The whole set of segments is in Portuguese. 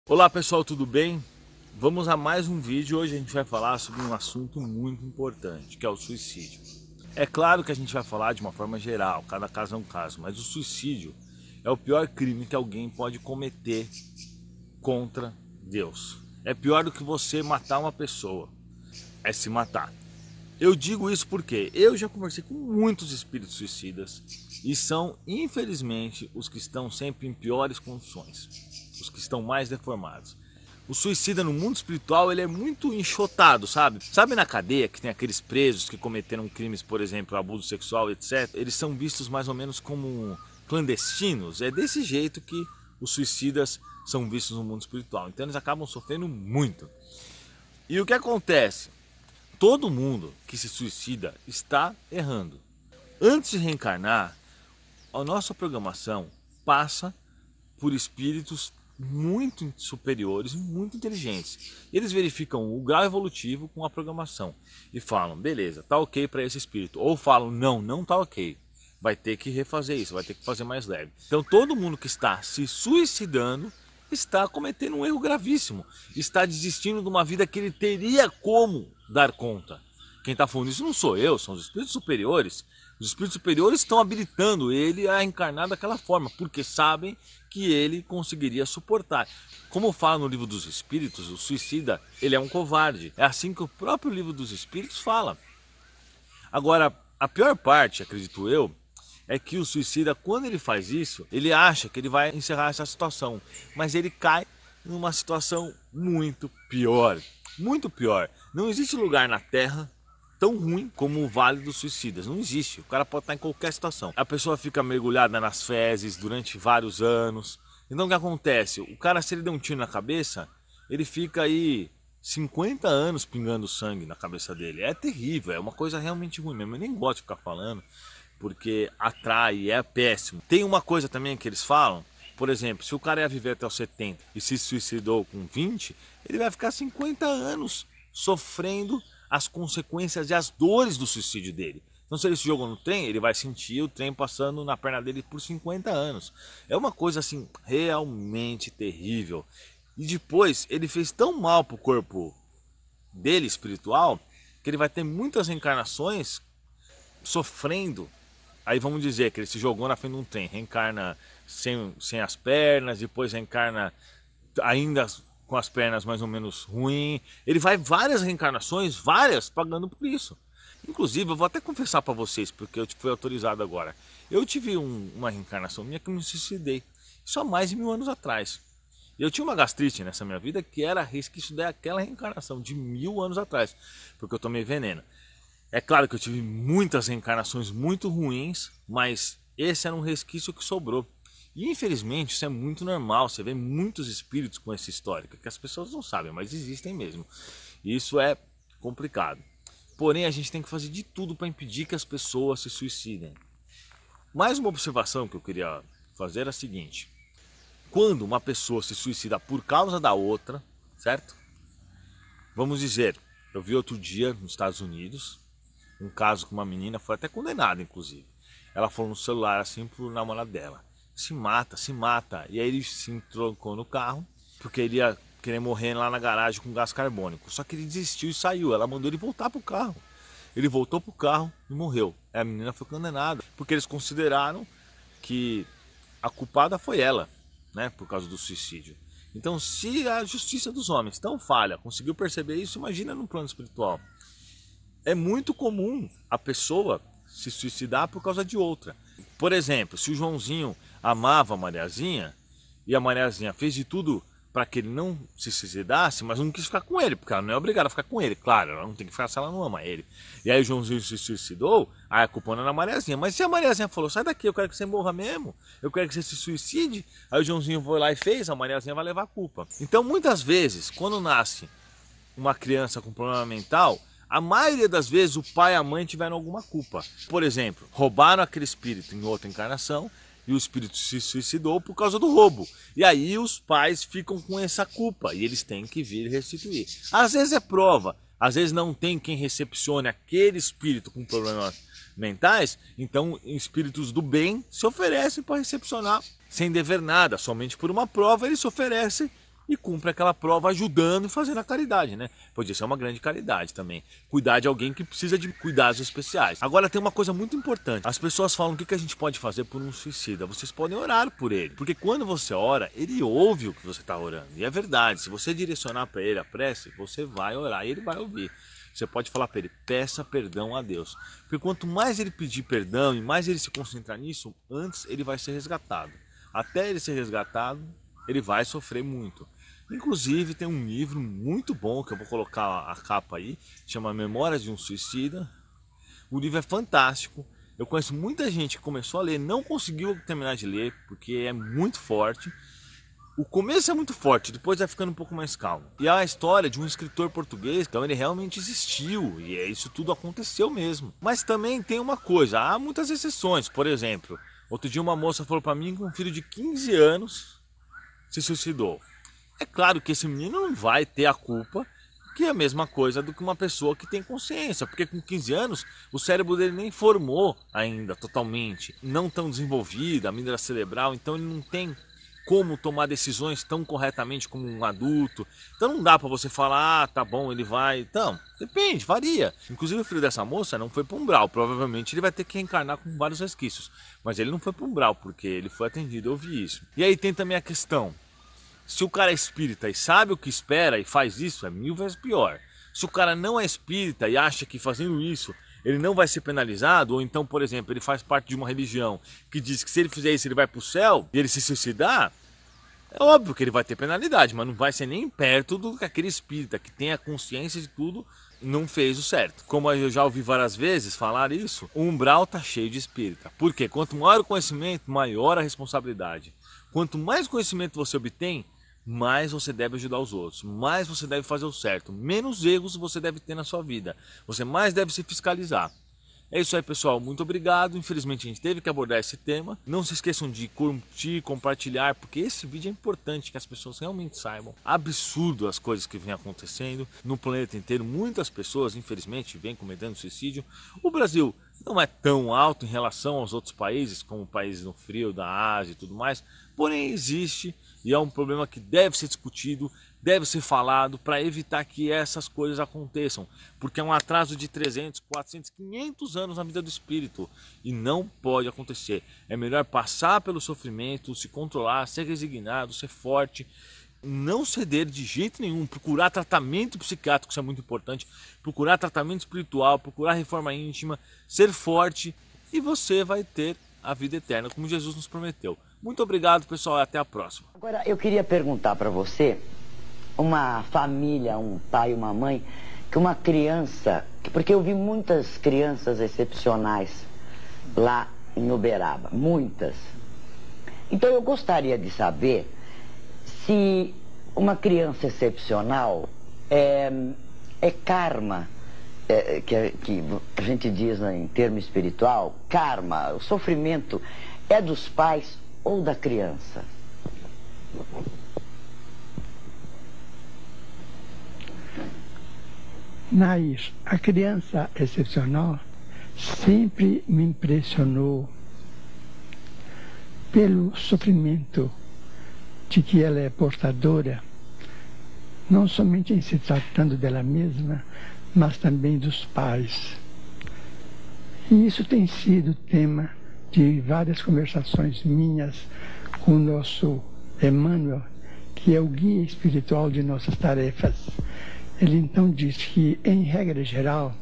Olá pessoal, tudo bem? Vamos a mais um vídeo. Hoje a gente vai falar sobre um assunto muito importante, que é o suicídio. É claro que a gente vai falar de uma forma geral, cada caso é um caso, mas o suicídio é o pior crime que alguém pode cometer contra Deus. É pior do que você matar uma pessoa, é se matar. Eu digo isso porque eu já conversei com muitos espíritos suicidas e são, infelizmente, os que estão sempre em piores condições, os que estão mais deformados. O suicida no mundo espiritual ele é muito enxotado, sabe? Sabe na cadeia que tem aqueles presos que cometeram crimes, por exemplo, abuso sexual, etc. Eles são vistos mais ou menos como clandestinos. É desse jeito que os suicidas são vistos no mundo espiritual. Então eles acabam sofrendo muito. E o que acontece? Todo mundo que se suicida está errando. Antes de reencarnar, a nossa programação passa por espíritos muito superiores, muito inteligentes. Eles verificam o grau evolutivo com a programação e falam, beleza, tá ok para esse espírito. Ou falam, não, não tá ok. Vai ter que refazer isso, vai ter que fazer mais leve. Então todo mundo que está se suicidando está cometendo um erro gravíssimo. Está desistindo de uma vida que ele teria como dar conta. Quem está falando isso não sou eu, são os espíritos superiores. Os espíritos superiores estão habilitando ele a encarnar daquela forma, porque sabem que ele conseguiria suportar. Como fala no livro dos espíritos, o suicida ele é um covarde. É assim que o próprio livro dos espíritos fala. Agora, a pior parte, acredito eu, é que o suicida, quando ele faz isso, ele acha que ele vai encerrar essa situação, mas ele cai numa situação muito pior. Muito pior. Não existe lugar na Terra tão ruim como o Vale dos Suicidas. Não existe. O cara pode estar em qualquer situação. A pessoa fica mergulhada nas fezes durante vários anos. Então o que acontece? O cara, se ele der um tiro na cabeça, ele fica aí 50 anos pingando sangue na cabeça dele. É terrível, é uma coisa realmente ruim mesmo. Eu nem gosto de ficar falando, porque atrai, é péssimo. Tem uma coisa também que eles falam, por exemplo, se o cara ia viver até os 70 e se suicidou com 20, ele vai ficar 50 anos sofrendo as consequências e as dores do suicídio dele. Então se ele se jogou no trem, ele vai sentir o trem passando na perna dele por 50 anos. É uma coisa assim realmente terrível. E depois ele fez tão mal pro corpo dele espiritual que ele vai ter muitas reencarnações sofrendo. Aí vamos dizer que ele se jogou na frente de um trem, reencarna sem as pernas, depois reencarna ainda com as pernas mais ou menos ruim. Ele vai várias reencarnações, várias, pagando por isso. Inclusive, eu vou até confessar para vocês, porque eu fui autorizado agora. Eu tive uma reencarnação minha que eu me suicidei, só mais de 1000 anos atrás. Eu tinha uma gastrite nessa minha vida que era resquício daquela reencarnação de 1000 anos atrás, porque eu tomei veneno. É claro que eu tive muitas reencarnações muito ruins, mas esse era um resquício que sobrou. E infelizmente isso é muito normal, você vê muitos espíritos com essa histórica, que as pessoas não sabem, mas existem mesmo. E isso é complicado. Porém, a gente tem que fazer de tudo para impedir que as pessoas se suicidem. Mais uma observação que eu queria fazer é a seguinte: quando uma pessoa se suicida por causa da outra, certo? Vamos dizer, eu vi outro dia nos Estados Unidos um caso com uma menina, foi até condenada inclusive. Ela falou no celular assim pro namorado dela: se mata, se mata. E aí ele se entrocou no carro, porque ele ia querer morrer lá na garagem com gás carbônico. Só que ele desistiu e saiu. Ela mandou ele voltar pro carro. Ele voltou pro carro e morreu. A menina foi condenada, porque eles consideraram que a culpada foi ela, né, por causa do suicídio. Então, se a justiça dos homens tão falha, conseguiu perceber isso, imagina no plano espiritual. É muito comum a pessoa se suicidar por causa de outra. Por exemplo, se o Joãozinho amava a Mariazinha e a Mariazinha fez de tudo para que ele não se suicidasse, mas não quis ficar com ele, porque ela não é obrigada a ficar com ele, claro, ela não tem que ficar se ela não ama ele. E aí o Joãozinho se suicidou, aí a culpa não é da Mariazinha. Mas se a Mariazinha falou, sai daqui, eu quero que você morra mesmo, eu quero que você se suicide, aí o Joãozinho foi lá e fez, a Mariazinha vai levar a culpa. Então muitas vezes, quando nasce uma criança com problema mental, a maioria das vezes o pai e a mãe tiveram alguma culpa. Por exemplo, roubaram aquele espírito em outra encarnação e o espírito se suicidou por causa do roubo. E aí os pais ficam com essa culpa e eles têm que vir restituir. Às vezes é prova, às vezes não tem quem recepcione aquele espírito com problemas mentais, então espíritos do bem se oferecem para recepcionar sem dever nada, somente por uma prova eles se oferecem e cumpre aquela prova ajudando e fazendo a caridade, né? Podia ser uma grande caridade também. Cuidar de alguém que precisa de cuidados especiais. Agora tem uma coisa muito importante. As pessoas falam o que a gente pode fazer por um suicida. Vocês podem orar por ele. Porque quando você ora, ele ouve o que você está orando. E é verdade, se você direcionar para ele a prece, você vai orar e ele vai ouvir. Você pode falar para ele, peça perdão a Deus. Porque quanto mais ele pedir perdão e mais ele se concentrar nisso, antes ele vai ser resgatado. Até ele ser resgatado, ele vai sofrer muito. Inclusive tem um livro muito bom, que eu vou colocar a capa aí, chama Memórias de um Suicida. O livro é fantástico. Eu conheço muita gente que começou a ler, não conseguiu terminar de ler, porque é muito forte. O começo é muito forte, depois vai ficando um pouco mais calmo. E é a história de um escritor português, então ele realmente existiu, e isso tudo aconteceu mesmo. Mas também tem uma coisa, há muitas exceções. Por exemplo, outro dia uma moça falou para mim que um filho de 15 anos se suicidou. É claro que esse menino não vai ter a culpa, que é a mesma coisa do que uma pessoa que tem consciência, porque com 15 anos o cérebro dele nem formou ainda totalmente, não tão desenvolvida, a amígdala cerebral, então ele não tem como tomar decisões tão corretamente como um adulto. Então não dá para você falar, ah, tá bom, ele vai. Então, depende, varia. Inclusive o filho dessa moça não foi para um umbral, provavelmente ele vai ter que reencarnar com vários resquícios. Mas ele não foi para um umbral, porque ele foi atendido, eu ouvi isso. E aí tem também a questão, se o cara é espírita e sabe o que espera e faz isso, é 1000 vezes pior. Se o cara não é espírita e acha que fazendo isso ele não vai ser penalizado, ou então, por exemplo, ele faz parte de uma religião que diz que se ele fizer isso ele vai para o céu e ele se suicidar, é óbvio que ele vai ter penalidade, mas não vai ser nem perto do que aquele espírita que tem a consciência de tudo não fez o certo. Como eu já ouvi várias vezes falar isso, o umbral tá cheio de espírita. Por quê? Quanto maior o conhecimento, maior a responsabilidade. Quanto mais conhecimento você obtém, mais você deve ajudar os outros, mais você deve fazer o certo, menos erros você deve ter na sua vida, você mais deve se fiscalizar. É isso aí, pessoal, muito obrigado. Infelizmente a gente teve que abordar esse tema. Não se esqueçam de curtir, compartilhar, porque esse vídeo é importante que as pessoas realmente saibam. Absurdo as coisas que vêm acontecendo no planeta inteiro. Muitas pessoas, infelizmente, vêm cometendo suicídio. O Brasil não é tão alto em relação aos outros países, como países no frio, da Ásia e tudo mais. Porém existe e é um problema que deve ser discutido, deve ser falado para evitar que essas coisas aconteçam. Porque é um atraso de 300, 400, 500 anos na vida do espírito e não pode acontecer. É melhor passar pelo sofrimento, se controlar, ser resignado, ser forte, não ceder de jeito nenhum, procurar tratamento psiquiátrico, isso é muito importante, procurar tratamento espiritual, procurar reforma íntima, ser forte e você vai ter a vida eterna, como Jesus nos prometeu. Muito obrigado, pessoal, e até a próxima. Agora, eu queria perguntar para você, uma família, um pai e uma mãe, que uma criança, porque eu vi muitas crianças excepcionais lá em Uberaba, muitas. Então eu gostaria de saber se uma criança excepcional é karma, que a gente diz em termo espiritual, karma, o sofrimento é dos pais ou da criança? Nair, a criança excepcional sempre me impressionou pelo sofrimento de que ela é portadora, não somente em se tratando dela mesma, mas também dos pais. E isso tem sido tema de várias conversações minhas com o nosso Emmanuel, que é o guia espiritual de nossas tarefas. Ele então diz que, em regra geral,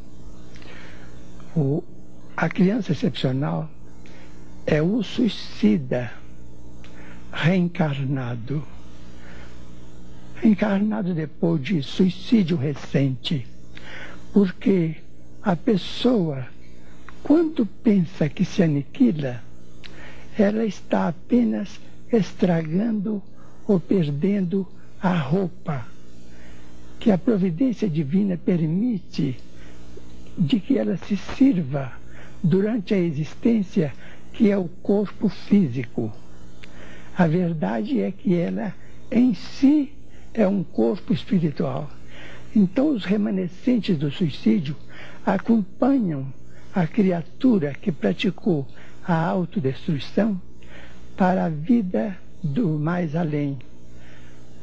a criança excepcional é o suicida reencarnado. Reencarnado depois de suicídio recente. Porque a pessoa, quando pensa que se aniquila, ela está apenas estragando ou perdendo a roupa que a providência divina permite de que ela se sirva durante a existência, que é o corpo físico. A verdade é que ela em si é um corpo espiritual. Então os remanescentes do suicídio acompanham a criatura que praticou a autodestruição para a vida do mais além.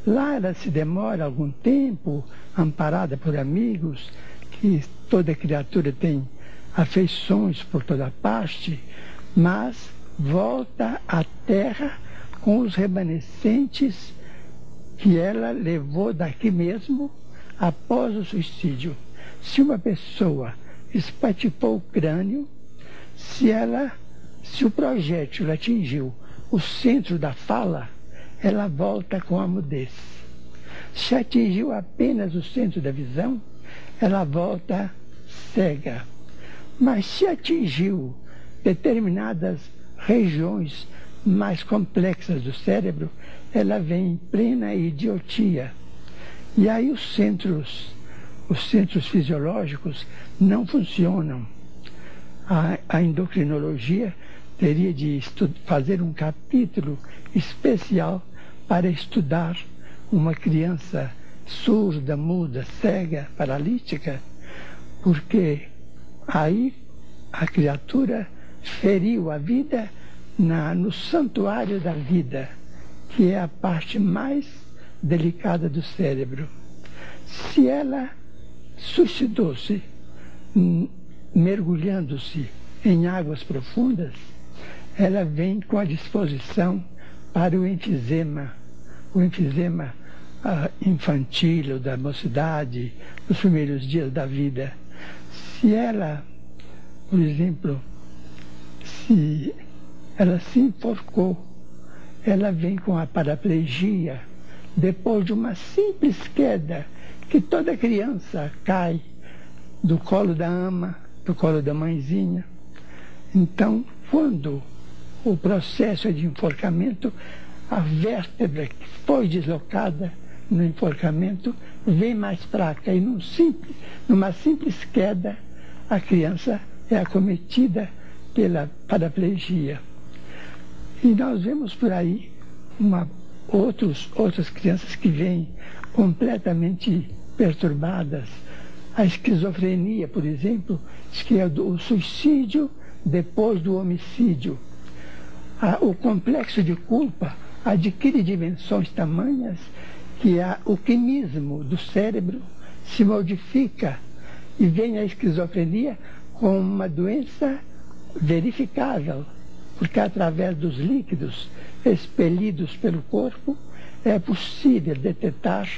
Lá ela se demora algum tempo, amparada por amigos, que toda criatura tem afeições por toda parte, mas volta à Terra com os remanescentes que ela levou daqui mesmo após o suicídio. Se uma pessoa espatifou o crânio, se o projétil atingiu o centro da fala, ela volta com a mudez. Se atingiu apenas o centro da visão, ela volta cega. Mas se atingiu determinadas regiões mais complexas do cérebro, ela vem em plena idiotia. E aí os centros fisiológicos não funcionam. A endocrinologia teria de fazer um capítulo especial para estudar uma criança surda, muda, cega, paralítica, porque aí a criatura feriu a vida no santuário da vida, que é a parte mais delicada do cérebro. Se ela suicidou-se mergulhando-se em águas profundas, ela vem com a disposição para o enfisema infantil ou da mocidade, nos primeiros dias da vida. Se ela, por exemplo, se ela se enforcou, ela vem com a paraplegia depois de uma simples queda, que toda criança cai do colo da ama, do colo da mãezinha. Então, quando o processo é de enforcamento, a vértebra que foi deslocada no enforcamento vem mais fraca e numa simples queda a criança é acometida pela paraplegia. E nós vemos por aí outras crianças que vêm completamente perturbadas. A esquizofrenia, por exemplo, diz que é o suicídio depois do homicídio. O complexo de culpa adquire dimensões tamanhas que o quimismo do cérebro se modifica e vem a esquizofrenia com uma doença verificável, porque através dos líquidos expelidos pelo corpo é possível detectar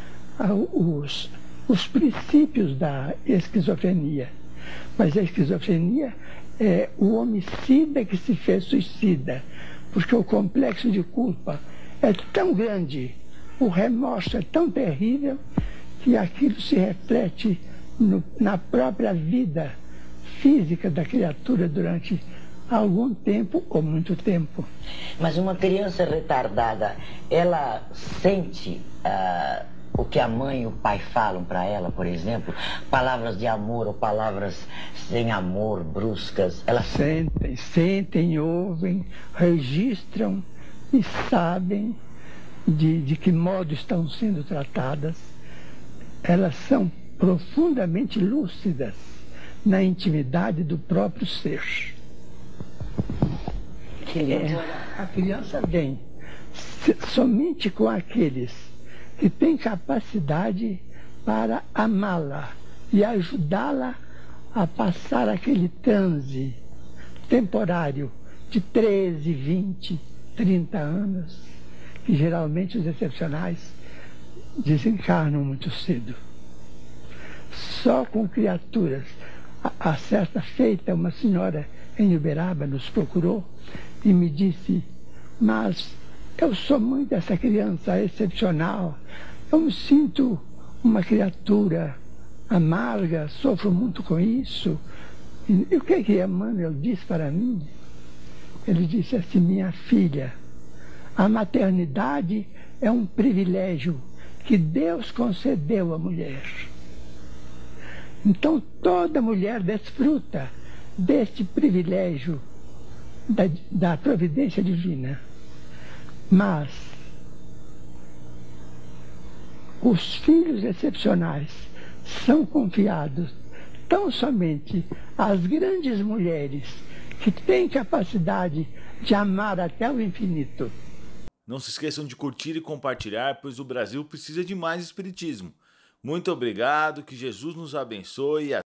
os princípios da esquizofrenia. Mas a esquizofrenia é o homicida que se fez suicida, porque o complexo de culpa é tão grande, o remorso é tão terrível, que aquilo se reflete na própria vida física da criatura durante algum tempo ou muito tempo. Mas uma criança retardada, ela sente o que a mãe e o pai falam para ela, por exemplo? Palavras de amor ou palavras sem amor, bruscas? Ela sentem, ouvem, registram e sabem de que modo estão sendo tratadas. Elas são profundamente lúcidas na intimidade do próprio ser. A criança vem somente com aqueles que têm capacidade para amá-la e ajudá-la a passar aquele transe temporário de 13, 20, 30 anos, que geralmente os excepcionais desencarnam muito cedo. Só com criaturas. A certa feita, uma senhora em Uberaba nos procurou e me disse: mas eu sou muito essa criança excepcional, eu me sinto uma criatura amarga, sofro muito com isso. E o que Emmanuel disse para mim? Ele disse assim: minha filha, a maternidade é um privilégio que Deus concedeu à mulher. Então toda mulher desfruta deste privilégio da providência divina. Mas os filhos excepcionais são confiados tão somente às grandes mulheres que têm capacidade de amar até o infinito. Não se esqueçam de curtir e compartilhar, pois o Brasil precisa de mais espiritismo. Muito obrigado, que Jesus nos abençoe e